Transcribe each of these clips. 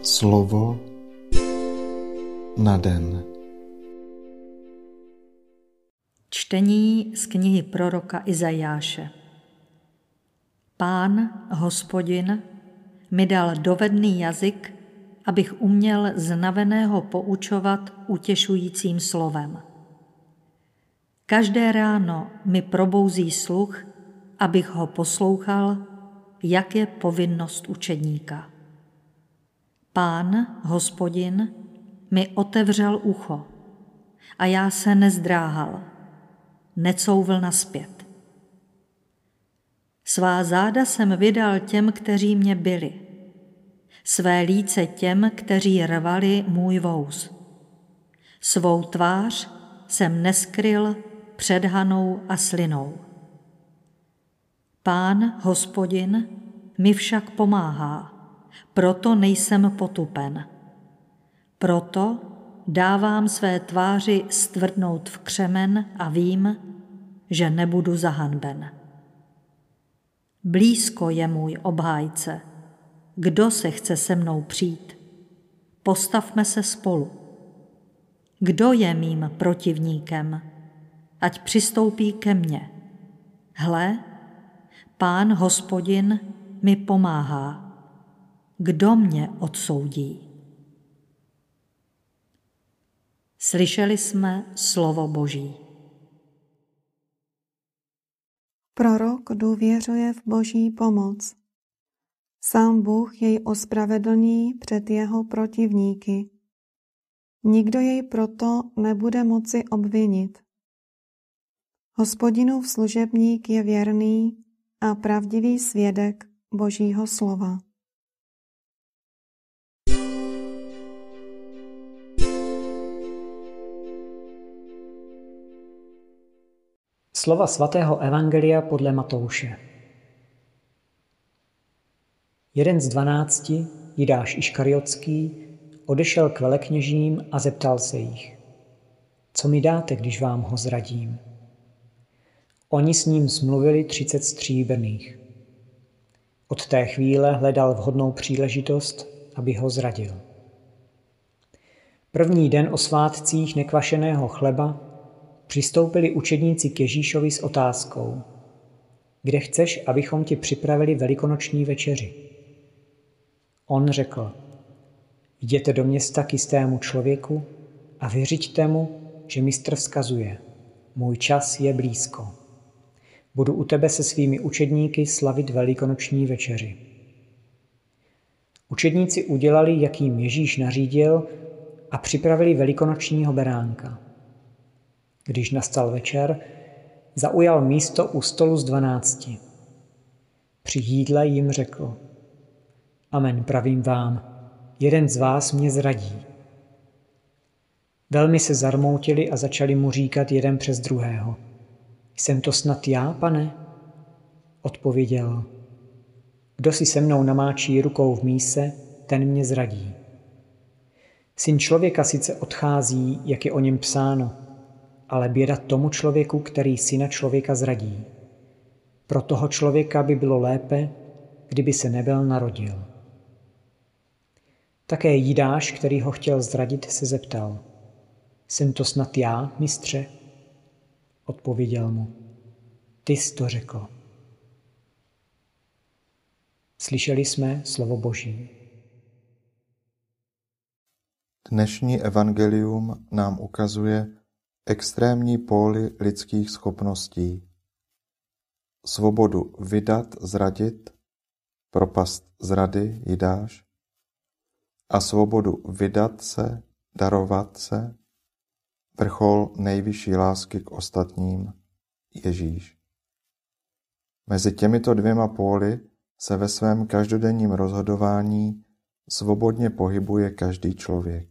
Slovo na den. Čtení z knihy proroka Izajáše. Pán, Hospodin, mi dal dovedný jazyk, abych uměl znaveného poučovat utěšujícím slovem. Každé ráno mi probouzí sluch, abych ho poslouchal, jak je povinnost učedníka. Pán, Hospodin, mi otevřel ucho a já se nezdráhal, necouvl nazpět. Svá záda jsem vydal těm, kteří mě bili, své líce těm, kteří rvali můj vous. Svou tvář jsem neskryl před hanou a slinou. Pán, Hospodin, mi však pomáhá, proto nejsem potupen. Proto dávám své tváři stvrdnout v křemen a vím, že nebudu zahanben. Blízko je můj obhájce. Kdo se chce se mnou přijít? Postavme se spolu. Kdo je mým protivníkem? Ať přistoupí ke mně. Hle, Pán, Hospodin, mi pomáhá. Kdo mě odsoudí? Slyšeli jsme slovo Boží. Prorok důvěřuje v Boží pomoc. Sám Bůh jej ospravedlní před jeho protivníky. Nikdo jej proto nebude moci obvinit. Hospodinův služebník je věrný a pravdivý svědek Božího slova. Slova svatého evangelia podle Matouše. Jeden z 12, Jidáš Iškariotský, odešel k velekněžím a zeptal se jich: Co mi dáte, když vám ho zradím? Oni s ním smluvili 30 stříbrných. Od té chvíle hledal vhodnou příležitost, aby ho zradil. První den o svátcích nekvašeného chleba přistoupili učedníci k Ježíšovi s otázkou: Kde chceš, abychom ti připravili velikonoční večeři? On řekl: Jděte do města k jistému člověku a vyřiďte mu, že mistr vzkazuje: Můj čas je blízko. Budu u tebe se svými učedníky slavit velikonoční večeři. Učedníci udělali, jak jim Ježíš nařídil, a připravili velikonočního beránka. Když nastal večer, zaujal místo u stolu z 12. Při jídle jim řekl: Amen, pravím vám, jeden z vás mě zradí. Velmi se zarmoutili a začali mu říkat jeden přes druhého: Jsem to snad já, pane? Odpověděl: Kdo si se mnou namáčí rukou v míse, ten mě zradí. Syn člověka sice odchází, jak je o něm psáno, ale běda tomu člověku, který syna člověka zradí. Pro toho člověka by bylo lépe, kdyby se nebyl narodil. Také Jidáš, který ho chtěl zradit, se zeptal: Jsem to snad já, mistře? Odpověděl mu: Ty jsi to řekl. Slyšeli jsme slovo Boží. Dnešní evangelium nám ukazuje extrémní póly lidských schopností. Svobodu vydat, zradit, propast zrady, Jidáš, a svobodu vydat se, darovat se, vrchol nejvyšší lásky k ostatním, Ježíš. Mezi těmito dvěma póly se ve svém každodenním rozhodování svobodně pohybuje každý člověk.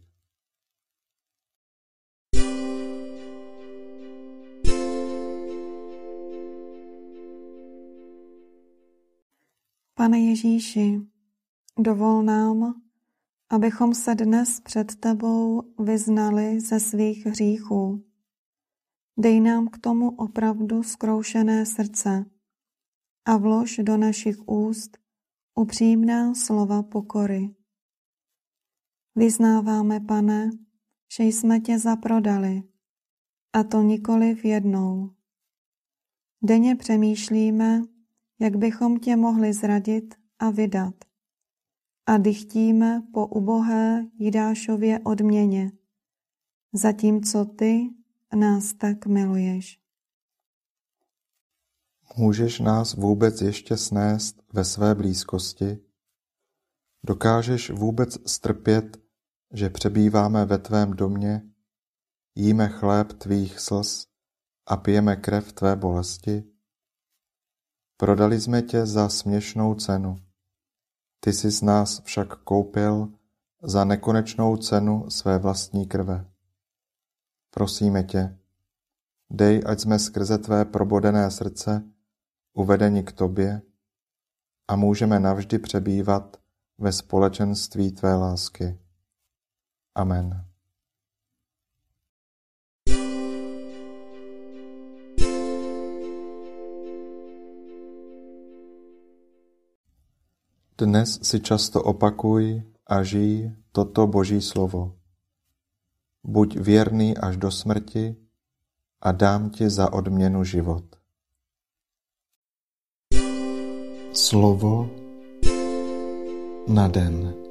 Pane Ježíši, dovol nám, abychom se dnes před tebou vyznali ze svých hříchů. Dej nám k tomu opravdu zkroušené srdce a vlož do našich úst upřímná slova pokory. Vyznáváme, Pane, že jsme tě zaprodali, a to nikoliv jednou. Denně přemýšlíme, jak bychom tě mohli zradit a vydat. A dychtíme po ubohé Jidášově odměně, zatímco ty nás tak miluješ. Můžeš nás vůbec ještě snést ve své blízkosti? Dokážeš vůbec strpět, že přebýváme ve tvém domě, jíme chléb tvých slz a pijeme krev tvé bolesti? Prodali jsme tě za směšnou cenu. Ty jsi z nás však koupil za nekonečnou cenu své vlastní krve. Prosíme tě, dej, ať jsme skrze tvé probodené srdce uvedeni k tobě a můžeme navždy přebývat ve společenství tvé lásky. Amen. Dnes si často opakuj a žij toto Boží slovo. Buď věrný až do smrti a dám ti za odměnu život. Slovo na den.